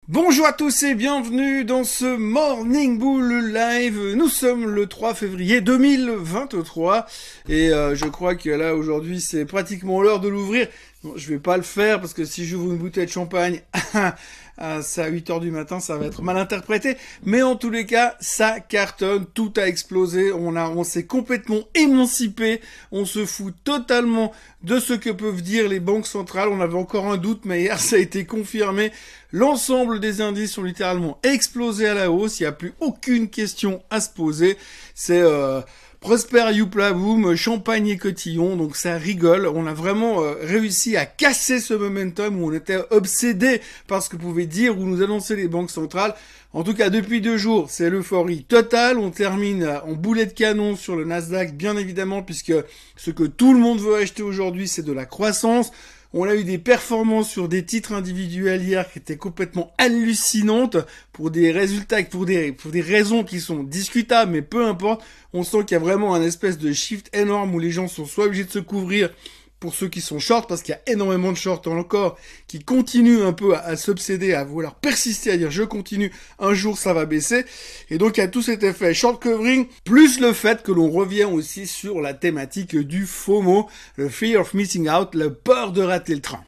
Bonjour à tous et bienvenue dans ce Morning Bull Live. Nous sommes le 3 février 2023 et je crois que là aujourd'hui c'est pratiquement l'heure de l'ouvrir. Bon, je vais pas le faire parce que si j'ouvre une bouteille de champagne à 8h du matin, ça va être mal interprété. Mais en tous les cas, ça cartonne, tout a explosé, on s'est complètement émancipé, on se fout totalement de ce que peuvent dire les banques centrales. On avait encore un doute, mais hier ça a été confirmé. L'ensemble des indices ont littéralement explosé à la hausse, il n'y a plus aucune question à se poser. C'est Prosper Youpla Boom, champagne et cotillon, donc ça rigole. On a vraiment réussi à casser ce momentum où on était obsédé par ce que pouvaient dire ou nous annoncer les banques centrales. En tout cas, depuis 2 jours, c'est l'euphorie totale. On termine en boulet de canon sur le Nasdaq, bien évidemment, puisque ce que tout le monde veut acheter aujourd'hui, c'est de la croissance. On a eu des performances sur des titres individuels hier qui étaient complètement hallucinantes pour des résultats, pour des raisons qui sont discutables, mais peu importe. On sent qu'il y a vraiment un espèce de shift énorme où les gens sont soit obligés de se couvrir pour ceux qui sont short, parce qu'il y a énormément de short encore qui continuent un peu à s'obséder, à vouloir persister, à dire je continue, un jour ça va baisser. Et donc il y a tout cet effet short covering, plus le fait que l'on revient aussi sur la thématique du FOMO, le fear of missing out, la peur de rater le train.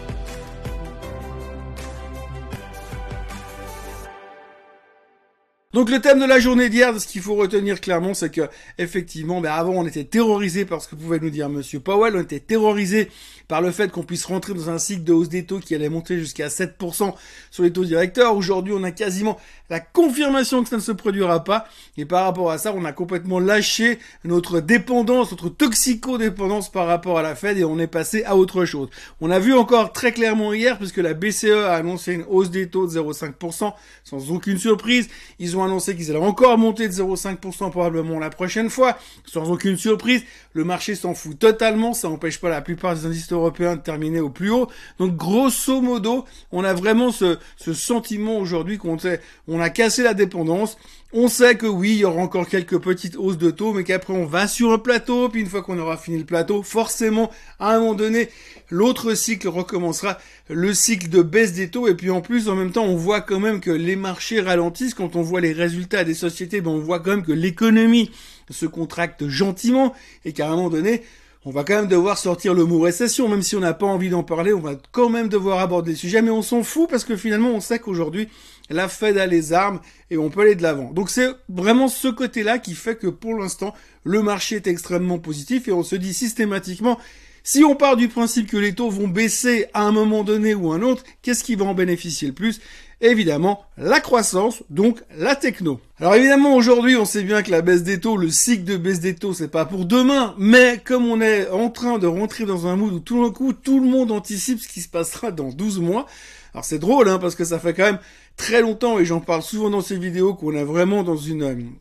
Donc le thème de la journée d'hier, ce qu'il faut retenir clairement, c'est que effectivement, avant on était terrorisé par ce que pouvait nous dire Monsieur Powell, on était terrorisé par le fait qu'on puisse rentrer dans un cycle de hausse des taux qui allait monter jusqu'à 7% sur les taux directeurs. Aujourd'hui, on a quasiment la confirmation que ça ne se produira pas. Et par rapport à ça, on a complètement lâché notre dépendance, notre toxico-dépendance par rapport à la Fed et on est passé à autre chose. On a vu encore très clairement hier, puisque la BCE a annoncé une hausse des taux de 0,5%, sans aucune surprise. Ils ont annoncé qu'ils allaient encore monter de 0,5% probablement la prochaine fois, sans aucune surprise. Le marché s'en fout totalement, ça n'empêche pas la plupart des indices européens de terminer au plus haut. Donc grosso modo, on a vraiment ce sentiment aujourd'hui qu'on a cassé la dépendance. On sait que oui, il y aura encore quelques petites hausses de taux, mais qu'après on va sur un plateau, puis une fois qu'on aura fini le plateau, forcément, à un moment donné, l'autre cycle recommencera, le cycle de baisse des taux, et puis en plus, en même temps, on voit quand même que les marchés ralentissent. Quand on voit les résultats des sociétés, on voit quand même que l'économie se contracte gentiment, et qu'à un moment donné, on va quand même devoir sortir le mot récession, même si on n'a pas envie d'en parler, on va quand même devoir aborder le sujet, mais on s'en fout parce que finalement on sait qu'aujourd'hui la Fed a les armes et on peut aller de l'avant. Donc c'est vraiment ce côté-là qui fait que pour l'instant le marché est extrêmement positif et on se dit systématiquement, si on part du principe que les taux vont baisser à un moment donné ou un autre, qu'est-ce qui va en bénéficier le plus ? Évidemment, la croissance, donc la techno. Alors évidemment, aujourd'hui, on sait bien que la baisse des taux, le cycle de baisse des taux, c'est pas pour demain, mais comme on est en train de rentrer dans un mood où tout d'un coup, tout le monde anticipe ce qui se passera dans 12 mois, alors c'est drôle, parce que ça fait quand même très longtemps, et j'en parle souvent dans ces vidéos, qu'on est vraiment dans une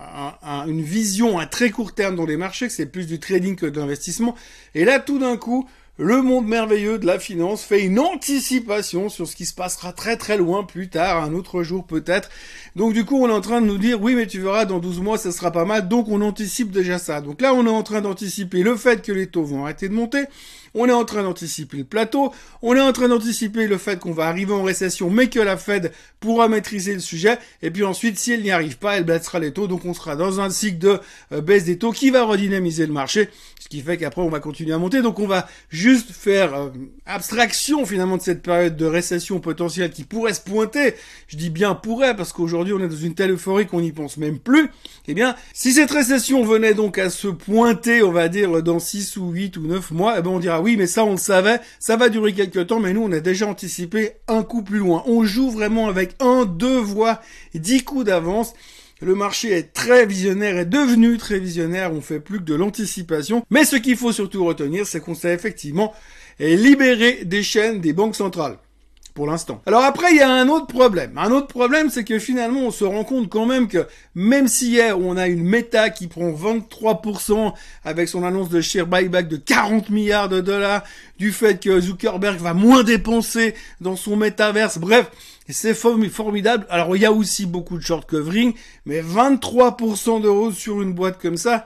vision à très court terme dans les marchés, que c'est plus du trading que de l'investissement, et là, tout d'un coup, le monde merveilleux de la finance fait une anticipation sur ce qui se passera très très loin plus tard, un autre jour peut-être. Donc du coup, on est en train de nous dire, oui, mais tu verras, dans 12 mois, ça sera pas mal, donc on anticipe déjà ça. Donc là, on est en train d'anticiper le fait que les taux vont arrêter de monter, on est en train d'anticiper le plateau, on est en train d'anticiper le fait qu'on va arriver en récession, mais que la Fed pourra maîtriser le sujet, et puis ensuite, si elle n'y arrive pas, elle baissera les taux, donc on sera dans un cycle de baisse des taux qui va redynamiser le marché, ce qui fait qu'après, on va continuer à monter, donc on va juste faire abstraction finalement de cette période de récession potentielle qui pourrait se pointer. Je dis bien pourrait parce qu'aujourd'hui on est dans une telle euphorie qu'on n'y pense même plus. Eh bien, si cette récession venait donc à se pointer, on va dire dans 6 ou 8 ou 9 mois, on dira oui, mais ça on le savait, ça va durer quelques temps, mais nous on a déjà anticipé un coup plus loin. On joue vraiment avec 1, 2 voire 10 coups d'avance. Le marché est très visionnaire, est devenu très visionnaire, on fait plus que de l'anticipation. Mais ce qu'il faut surtout retenir, c'est qu'on s'est effectivement libéré des chaînes des banques centrales. Pour l'instant. Alors après, il y a un autre problème. Un autre problème, c'est que finalement, on se rend compte quand même que même si hier, on a une Meta qui prend 23% avec son annonce de share buyback de 40 milliards de dollars, du fait que Zuckerberg va moins dépenser dans son métaverse, bref, c'est formidable. Alors, il y a aussi beaucoup de short covering, mais 23% de hausse sur une boîte comme ça,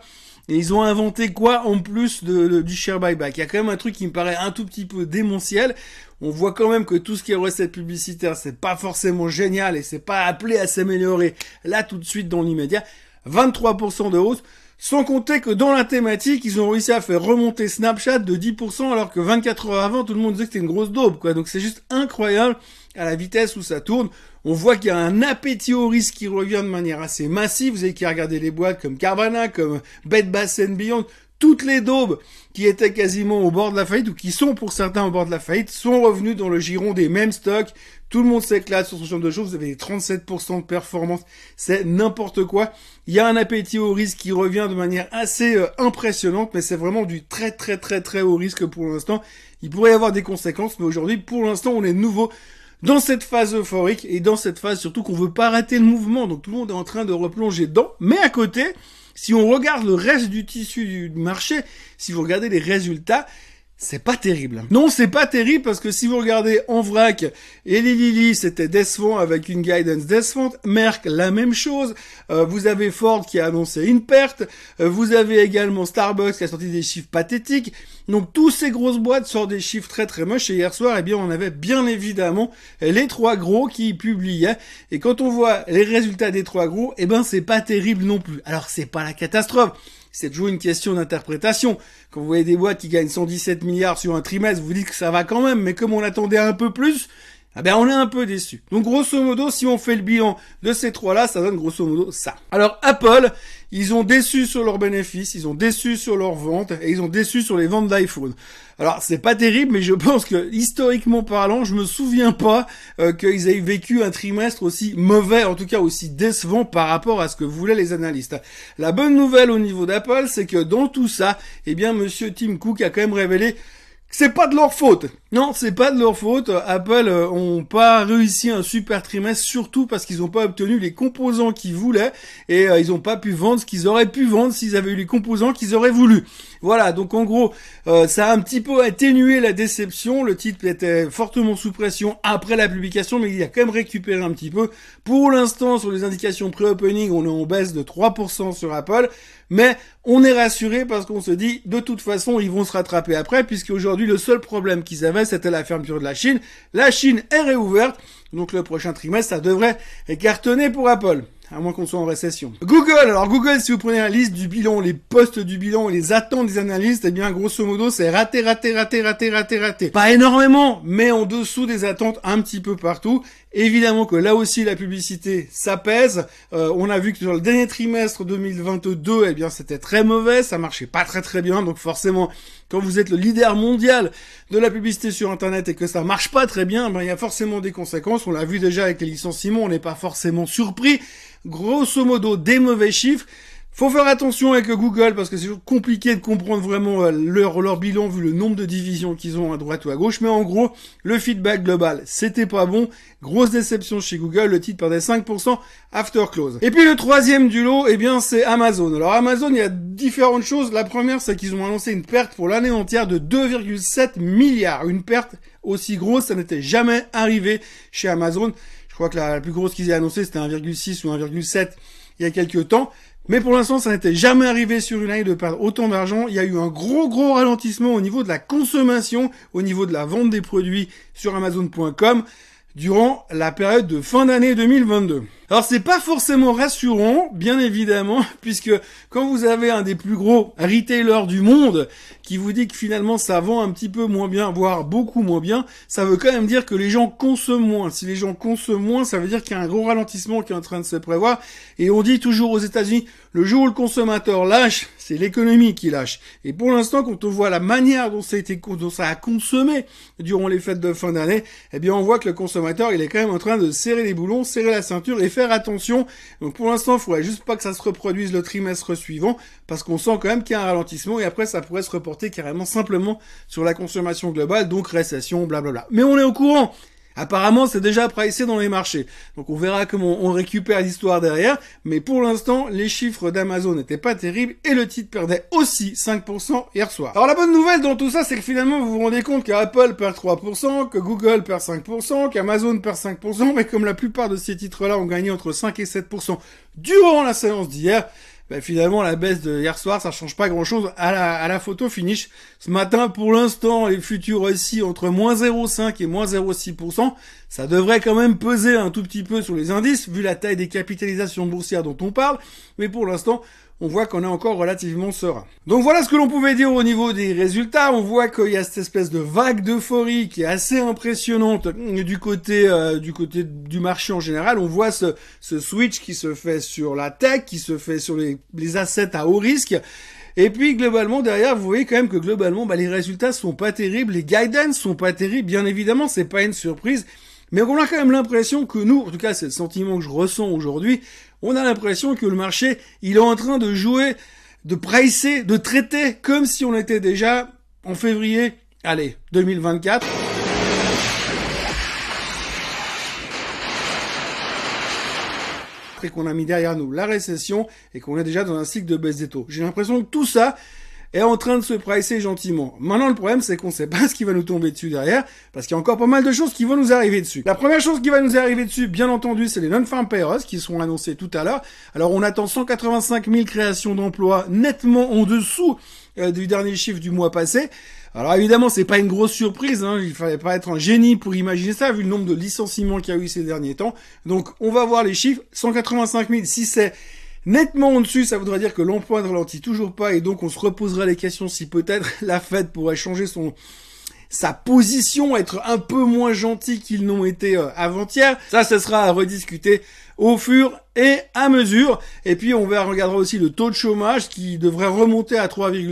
Et ils ont inventé quoi en plus du share buyback? Il y a quand même un truc qui me paraît un tout petit peu démentiel. On voit quand même que tout ce qui est recettes publicitaires, c'est pas forcément génial et c'est pas appelé à s'améliorer là tout de suite dans l'immédiat. 23% de hausse. Sans compter que dans la thématique, ils ont réussi à faire remonter Snapchat de 10% alors que 24 heures avant, tout le monde disait que c'était une grosse daube, quoi. Donc c'est juste incroyable à la vitesse où ça tourne. On voit qu'il y a un appétit au risque qui revient de manière assez massive. Vous avez qu'à regarder les boîtes comme Carvana, comme Bed Bath & Beyond. Toutes les daubes qui étaient quasiment au bord de la faillite ou qui sont pour certains au bord de la faillite sont revenus dans le giron des mêmes stocks. Tout le monde s'éclate sur ce genre de choses. Vous avez 37% de performance. C'est n'importe quoi. Il y a un appétit au risque qui revient de manière assez impressionnante, mais c'est vraiment du très très très très haut risque pour l'instant. Il pourrait y avoir des conséquences, mais aujourd'hui, pour l'instant, on est de nouveau dans cette phase euphorique et dans cette phase surtout qu'on veut pas rater le mouvement. Donc tout le monde est en train de replonger dedans. Mais à côté, si on regarde le reste du tissu du marché, si vous regardez les résultats, c'est pas terrible. Non, c'est pas terrible parce que si vous regardez en vrac, Eli Lilly, c'était décevant avec une guidance décevante. Merck, la même chose. Vous avez Ford qui a annoncé une perte. Vous avez également Starbucks qui a sorti des chiffres pathétiques. Donc, tous ces grosses boîtes sortent des chiffres très très moches. Et hier soir, eh bien, on avait bien évidemment les trois gros qui publiaient. Et quand on voit les résultats des trois gros, eh ben, c'est pas terrible non plus. Alors, c'est pas la catastrophe. C'est toujours une question d'interprétation. Quand vous voyez des boîtes qui gagnent 117 milliards sur un trimestre, vous vous dites que ça va quand même, mais comme on attendait un peu plus, eh ben on est un peu déçu. Donc grosso modo, si on fait le bilan de ces trois-là, ça donne grosso modo ça. Alors Apple, ils ont déçu sur leurs bénéfices, ils ont déçu sur leurs ventes et ils ont déçu sur les ventes d'iPhone. Alors c'est pas terrible, mais je pense que historiquement parlant, je me souviens pas qu'ils aient vécu un trimestre aussi mauvais, en tout cas aussi décevant par rapport à ce que voulaient les analystes. La bonne nouvelle au niveau d'Apple, c'est que dans tout ça, eh bien monsieur Tim Cook a quand même révélé c'est pas de leur faute. Non, c'est pas de leur faute. Apple ont pas réussi un super trimestre, surtout parce qu'ils ont pas obtenu les composants qu'ils voulaient et ils ont pas pu vendre ce qu'ils auraient pu vendre s'ils avaient eu les composants qu'ils auraient voulu. Voilà, donc en gros, ça a un petit peu atténué la déception. Le titre était fortement sous pression après la publication, mais il a quand même récupéré un petit peu. Pour l'instant, sur les indications pré-opening, on est en baisse de 3% sur Apple, mais on est rassuré parce qu'on se dit, de toute façon, ils vont se rattraper après, puisque aujourd'hui, le seul problème qu'ils avaient, c'était la fermeture de la Chine. La Chine est réouverte, donc le prochain trimestre, ça devrait cartonner pour Apple. À moins qu'on soit en récession. Google, alors Google, si vous prenez la liste du bilan, les postes du bilan et les attentes des analystes, eh bien, grosso modo, c'est raté. Pas énormément, mais en dessous des attentes un petit peu partout. Évidemment que là aussi, la publicité, ça pèse. On a vu que sur le dernier trimestre 2022, eh bien, c'était très mauvais, ça marchait pas très bien, donc forcément, quand vous êtes le leader mondial de la publicité sur Internet et que ça marche pas très bien, ben, il y a forcément des conséquences. On l'a vu déjà avec les licenciements, on n'est pas forcément surpris. Grosso modo, des mauvais chiffres. Faut faire attention avec Google parce que c'est compliqué de comprendre vraiment leur bilan vu le nombre de divisions qu'ils ont à droite ou à gauche. Mais en gros, le feedback global, c'était pas bon. Grosse déception chez Google. Le titre perdait 5% after close. Et puis le troisième du lot, eh bien, c'est Amazon. Alors Amazon, il y a différentes choses. La première, c'est qu'ils ont annoncé une perte pour l'année entière de 2,7 milliards. Une perte aussi grosse, ça n'était jamais arrivé chez Amazon. Je crois que la plus grosse qu'ils aient annoncée, c'était 1,6 ou 1,7 il y a quelques temps. Mais pour l'instant, ça n'était jamais arrivé sur une année de perdre autant d'argent. Il y a eu un gros ralentissement au niveau de la consommation, au niveau de la vente des produits sur Amazon.com durant la période de fin d'année 2022. Alors c'est pas forcément rassurant, bien évidemment, puisque quand vous avez un des plus gros retailers du monde qui vous dit que finalement ça vend un petit peu moins bien, voire beaucoup moins bien, ça veut quand même dire que les gens consomment moins. Si les gens consomment moins, ça veut dire qu'il y a un gros ralentissement qui est en train de se prévoir. Et on dit toujours aux États-Unis, le jour où le consommateur lâche, c'est l'économie qui lâche. Et pour l'instant, quand on voit la manière dont ça a consommé durant les fêtes de fin d'année, eh bien on voit que le consommateur, il est quand même en train de serrer les boulons, serrer la ceinture et faire attention. Donc pour l'instant, il faudrait juste pas que ça se reproduise le trimestre suivant, parce qu'on sent quand même qu'il y a un ralentissement et après ça pourrait se reporter carrément simplement sur la consommation globale, donc récession, blablabla. Mais on est au courant. Apparemment, c'est déjà pricé dans les marchés. Donc on verra comment on récupère l'histoire derrière. Mais pour l'instant, les chiffres d'Amazon n'étaient pas terribles et le titre perdait aussi 5% hier soir. Alors la bonne nouvelle dans tout ça, c'est que finalement, vous vous rendez compte qu'Apple perd 3%, que Google perd 5%, qu'Amazon perd 5%, mais comme la plupart de ces titres-là ont gagné entre 5 et 7% durant la séance d'hier, ben finalement la baisse de hier soir, ça change pas grand-chose à la photo finish. Ce matin, pour l'instant, les futurs aussi entre moins 0,5 et moins 0,6%, ça devrait quand même peser un tout petit peu sur les indices, vu la taille des capitalisations boursières dont on parle, mais pour l'instant, on voit qu'on est encore relativement serein. Donc voilà ce que l'on pouvait dire au niveau des résultats. On voit qu'il y a cette espèce de vague d'euphorie qui est assez impressionnante du côté du marché en général. On voit ce switch qui se fait sur la tech, qui se fait sur les assets à haut risque. Et puis globalement derrière, vous voyez quand même que globalement, les résultats sont pas terribles, les guidance sont pas terribles. Bien évidemment, c'est pas une surprise. Mais on a quand même l'impression que nous, en tout cas c'est le sentiment que je ressens aujourd'hui, on a l'impression que le marché, il est en train de jouer, de pricer, de traiter comme si on était déjà en février, 2024. Et qu'on a mis derrière nous la récession et qu'on est déjà dans un cycle de baisse des taux. J'ai l'impression que tout ça est en train de se pricer gentiment. Maintenant, le problème, c'est qu'on sait pas ce qui va nous tomber dessus derrière, parce qu'il y a encore pas mal de choses qui vont nous arriver dessus. La première chose qui va nous arriver dessus, bien entendu, c'est les non-farm payrolls qui seront annoncés tout à l'heure. Alors, on attend 185 000 créations d'emplois nettement en dessous du dernier chiffre du mois passé. Alors évidemment, c'est pas une grosse surprise, il fallait pas être un génie pour imaginer ça, vu le nombre de licenciements qu'il y a eu ces derniers temps. Donc, on va voir les chiffres. 185 000, si c'est nettement en dessus, ça voudrait dire que l'emploi ne ralentit toujours pas, et donc on se reposera les questions si peut-être la Fed pourrait changer sa position, être un peu moins gentil qu'ils n'ont été avant-hier. Ça sera à rediscuter au fur et à mesure. Et puis on regardera aussi le taux de chômage qui devrait remonter à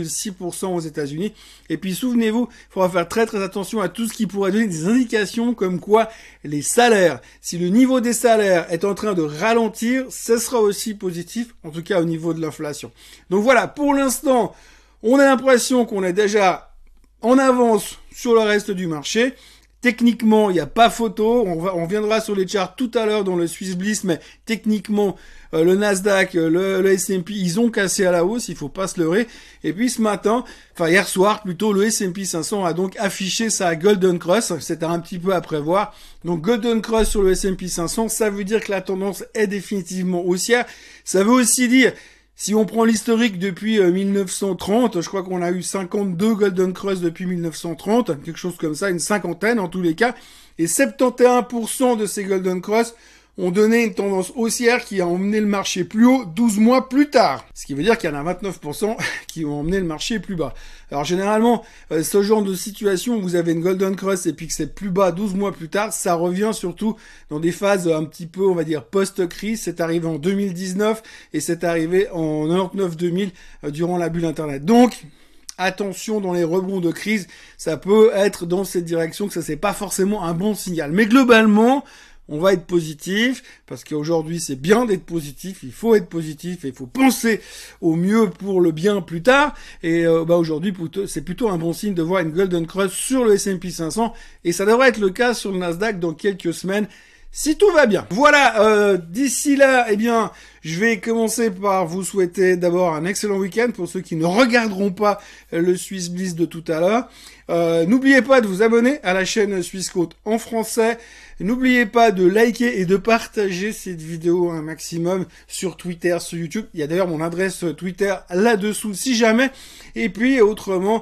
3,6% aux États-Unis. Et puis souvenez-vous, il faudra faire très très attention à tout ce qui pourrait donner des indications comme quoi les salaires, si le niveau des salaires est en train de ralentir, ce sera aussi positif, en tout cas au niveau de l'inflation. Donc voilà, pour l'instant, on a l'impression qu'on est déjà en avance sur le reste du marché. Techniquement, il n'y a pas photo. On viendra sur les charts tout à l'heure dans le Swiss Bliss, mais techniquement, le Nasdaq, le S&P, ils ont cassé à la hausse, il faut pas se leurrer. Et puis ce matin, hier soir plutôt, le S&P 500 a donc affiché sa Golden Cross. C'était un petit peu à prévoir. Donc Golden Cross sur le S&P 500, ça veut dire que la tendance est définitivement haussière. Ça veut aussi dire, si on prend l'historique depuis 1930, je crois qu'on a eu 52 Golden Cross depuis 1930, quelque chose comme ça, une cinquantaine en tous les cas, et 71% de ces Golden Cross ont donné une tendance haussière qui a emmené le marché plus haut 12 mois plus tard. Ce qui veut dire qu'il y en a 29% qui ont emmené le marché plus bas. Alors généralement, ce genre de situation où vous avez une Golden Cross et puis que c'est plus bas 12 mois plus tard, ça revient surtout dans des phases un petit peu, on va dire, post-crise. C'est arrivé en 2019 et c'est arrivé en 99-2000 durant la bulle Internet. Donc, attention dans les rebonds de crise, ça peut être dans cette direction que ça c'est pas forcément un bon signal. Mais globalement, on va être positif, parce qu'aujourd'hui c'est bien d'être positif, il faut être positif et il faut penser au mieux pour le bien plus tard. Et aujourd'hui c'est plutôt un bon signe de voir une Golden Cross sur le S&P 500 et ça devrait être le cas sur le Nasdaq dans quelques semaines. Si tout va bien. Voilà, d'ici là, je vais commencer par vous souhaiter d'abord un excellent week-end pour ceux qui ne regarderont pas le Swiss Bliss de tout à l'heure. N'oubliez pas de vous abonner à la chaîne Swissquote en français. N'oubliez pas de liker et de partager cette vidéo un maximum sur Twitter, sur YouTube. Il y a d'ailleurs mon adresse Twitter là-dessous si jamais. Et puis autrement,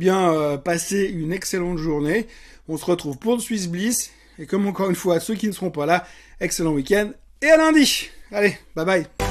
passez une excellente journée. On se retrouve pour le Swiss Bliss. Et comme encore une fois, ceux qui ne seront pas là, excellent week-end et à lundi. Allez, bye bye.